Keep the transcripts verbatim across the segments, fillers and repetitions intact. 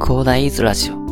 広大ズラジオ。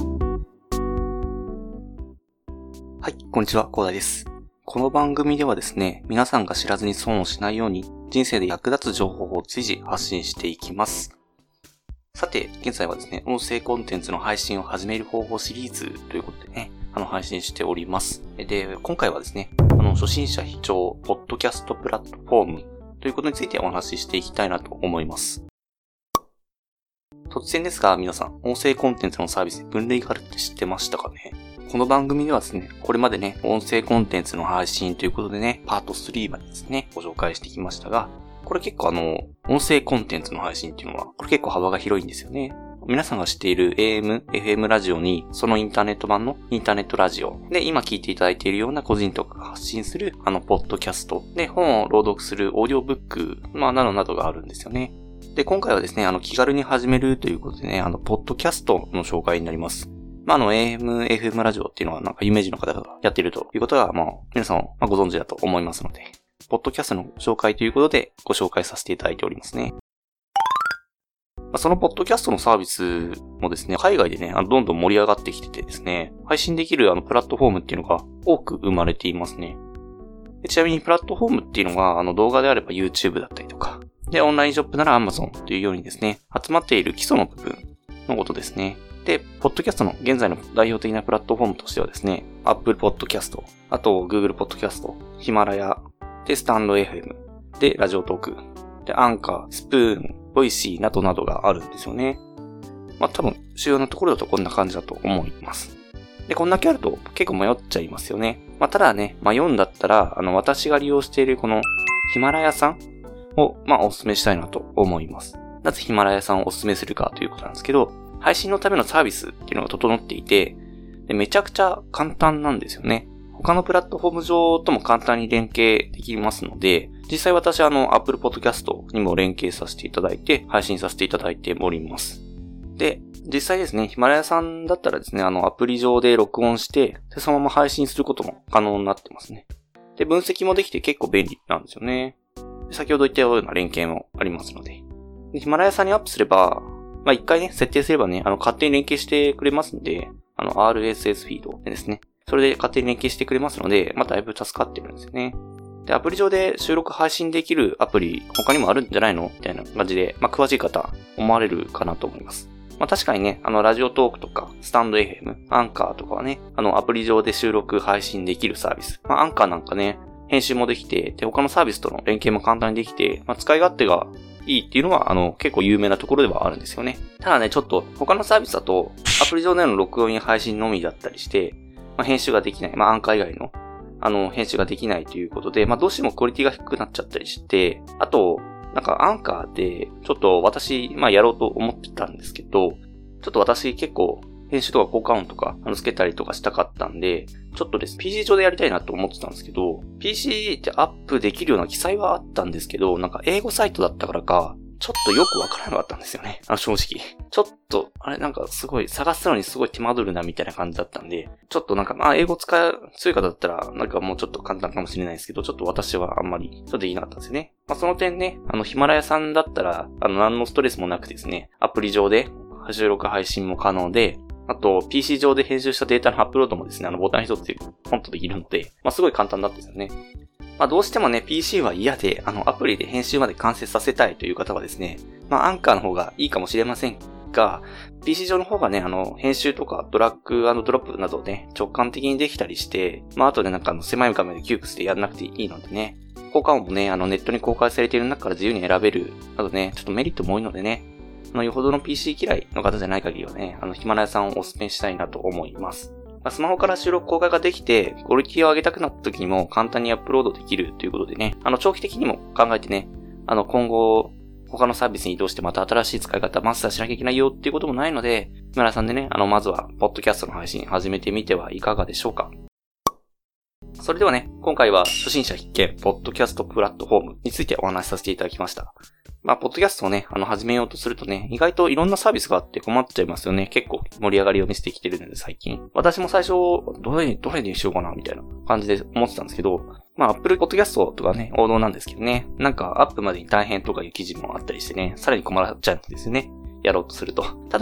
はい、こんにちは、広大です。この番組ではですね、皆さんが知らずに損をしないように、人生で役立つ情報を随時発信していきます。さて、現在はですね、音声コンテンツの配信を始める方法シリーズということでね、あの、配信しております。で、今回はですね、あの、初心者必聴、ポッドキャストプラットフォームということについてお話ししていきたいなと思います。突然ですが、皆さん、音声コンテンツのサービスに分類があるって知ってましたかね？この番組ではですね、これまでね、音声コンテンツの配信ということでね、パートスリーまでですね、ご紹介してきましたが、これ結構あの、音声コンテンツの配信っていうのは、これ結構幅が広いんですよね。皆さんが知っている エーエム、エフエム ラジオに、そのインターネット版のインターネットラジオで、今聞いていただいているような個人とかが発信する、あの、ポッドキャストで、本を朗読するオーディオブック、まあ、などなどがあるんですよね。で、今回はですね、あの、気軽に始めるということでね、あの、ポッドキャストの紹介になります。まあ、あの、エーエム、エフエム ラジオっていうのはなんか有名人の方がやっているということは、まあ、皆さんご存知だと思いますので、ポッドキャストの紹介ということでご紹介させていただいておりますね。まあ、そのポッドキャストのサービスもですね、海外でね、あのどんどん盛り上がってきててですね、配信できるあのプラットフォームっていうのが多く生まれていますね。でちなみにプラットフォームっていうのが、あの動画であれば YouTube だったりとか、で、オンラインショップなら Amazon というようにですね、集まっている基礎の部分のことですね。で、ポッドキャストの現在の代表的なプラットフォームとしてはですね、Apple Podcast、あと Google Podcast、ヒマラヤ、で、スタンド エフエム、で、ラジオトーク、で、アンカー、スプーン、ボイシーなどなどがあるんですよね。まあ多分、主要なところだとこんな感じだと思います。で、こんだけあると結構迷っちゃいますよね。まあただね、迷うんだったら、あの、私が利用しているこのヒマラヤさんを、まあお勧めしたいなと思います。なぜヒマラヤさんをお勧めするかということなんですけど、配信のためのサービスっていうのが整っていて、でめちゃくちゃ簡単なんですよね。他のプラットフォーム上とも簡単に連携できますので、実際私はあの Apple Podcast にも連携させていただいて、配信させていただいております。で、実際ですね、ヒマラヤさんだったらですね、あのアプリ上で録音して、でそのまま配信することも可能になってますね。で、分析もできて結構便利なんですよね。で先ほど言ったような連携もありますので。でヒマラヤさんにアップすれば、まあ一回ね、設定すればね、あの勝手に連携してくれますんで、あの アールエスエス フィードでですね、それで勝手に連携してくれますので、まあだいぶ助かってるんですよね。で、アプリ上で収録配信できるアプリ、他にもあるんじゃないのみたいな感じで、まあ詳しい方、思われるかなと思います。まあ確かにね、あのラジオトークとか、スタンド エフエム、アンカーとかはね、あのアプリ上で収録配信できるサービス。まあアンカーなんかね、編集もできて、で、他のサービスとの連携も簡単にできて、まあ使い勝手がいいっていうのは、あの、結構有名なところではあるんですよね。ただね、ちょっと、他のサービスだと、アプリ上での録音や配信のみだったりして、まあ、編集ができない。まあ、アンカー以外の、あの、編集ができないということで、まあ、どうしてもクオリティが低くなっちゃったりして、あと、なんか、アンカーで、ちょっと私、まあ、やろうと思ってたんですけど、ちょっと私結構、編集とか効果音とか、あの、つけたりとかしたかったんで、ちょっとです、ピーシー 上でやりたいなと思ってたんですけど、ピーシー ってアップできるような記載はあったんですけど、なんか英語サイトだったからか、ちょっとよくわからなかったんですよね。あの、正直。ちょっと、あれなんかすごい、探すのにすごい手間取るなみたいな感じだったんで、ちょっとなんか、まあ、英語使う、強い方だったら、なんかもうちょっと簡単かもしれないですけど、ちょっと私はあんまり、ちょっとできなかったんですよね。まあ、その点ね、あの、ヒマラヤさんだったら、あの、何のストレスもなくですね、アプリ上で、収録配信も可能で、あと、ピーシー 上で編集したデータのアップロードもですね、あの、ボタン一つでポンとできるので、まあ、すごい簡単だったんですよね。まあ、どうしてもね、ピーシー は嫌で、あの、アプリで編集まで完成させたいという方はですね、まあ、アンカーの方がいいかもしれませんが、ピーシー 上の方がね、あの、編集とかドラッグ&ドロップなどね、直感的にできたりして、まあ、あとでなんかあの、狭い画面で窮屈でやらなくていいのでね、効果音もね、あの、ネットに公開されている中から自由に選べる、などね、ちょっとメリットも多いのでね、あの、よほどの ピーシー 嫌いの方じゃない限りはね、あの、ヒマラヤさんをお勧めしたいなと思います。まあ、スマホから収録公開ができて、クオリティを上げたくなった時にも簡単にアップロードできるということでね、あの、長期的にも考えてね、あの、今後、他のサービスに移動してまた新しい使い方マスターしなきゃいけないよっていうこともないので、ヒマラヤさんでね、あの、まずは、ポッドキャストの配信始めてみてはいかがでしょうか。それではね、今回は初心者必見、ポッドキャストプラットフォームについてお話しさせていただきました。まあ、ポッドキャストをね、あの、始めようとするとね、意外といろんなサービスがあって困っちゃいますよね。結構盛り上がりを見せてきてるので、最近。私も最初、どれ、どれにしようかな、みたいな感じで思ってたんですけど、まあ、Apple Podcast とかね、王道なんですけどね、なんかアップまでに大変とかいう記事もあったりしてね、さらに困らっちゃうんですよね。やろうとすると。ただね、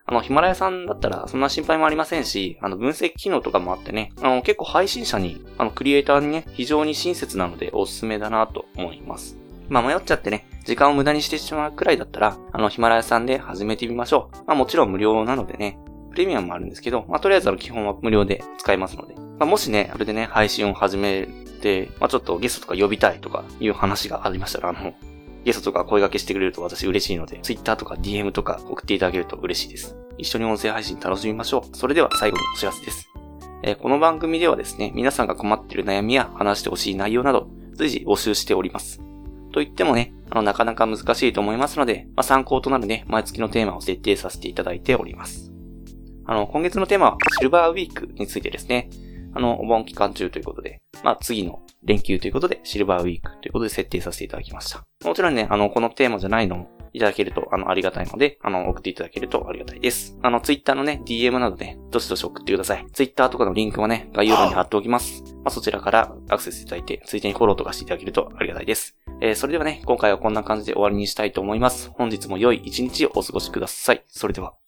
あの、ヒマラヤさんだったらそんな心配もありませんし、あの、分析機能とかもあってね、あの、結構配信者に、あの、クリエイターにね、非常に親切なのでおすすめだなと思います。まあ、迷っちゃってね、時間を無駄にしてしまうくらいだったら、あの、ヒマラヤさんで始めてみましょう。まあ、もちろん無料なのでね、プレミアムもあるんですけど、まあ、とりあえずあの、基本は無料で使えますので、まあ、もしね、あれでね、配信を始めて、まあ、ちょっとゲストとか呼びたいとかいう話がありましたら、あの、ゲストとか声掛けしてくれると私嬉しいので、Twitter とか ディーエム とか送っていただけると嬉しいです。一緒に音声配信楽しみましょう。それでは最後にお知らせです。えー、この番組ではですね、皆さんが困っている悩みや話してほしい内容など、随時募集しております。と言ってもね、あの、なかなか難しいと思いますので、まあ、参考となるね、毎月のテーマを設定させていただいております。あの、今月のテーマはシルバーウィークについてですね。あの、お盆期間中ということで、まあ次の連休ということでシルバーウィークということで設定させていただきました。もちろんね、あの、このテーマじゃないのもいただけると、あの、ありがたいので、あの、送っていただけるとありがたいです。あの、Twitter のね、ディーエム などで、どしどし送ってください。Twitter とかのリンクはね、概要欄に貼っておきます。まあそちらからアクセスいただいて、ついでにフォローとかしていただけるとありがたいです。えー、それではね、今回はこんな感じで終わりにしたいと思います。本日も良い一日をお過ごしください。それでは。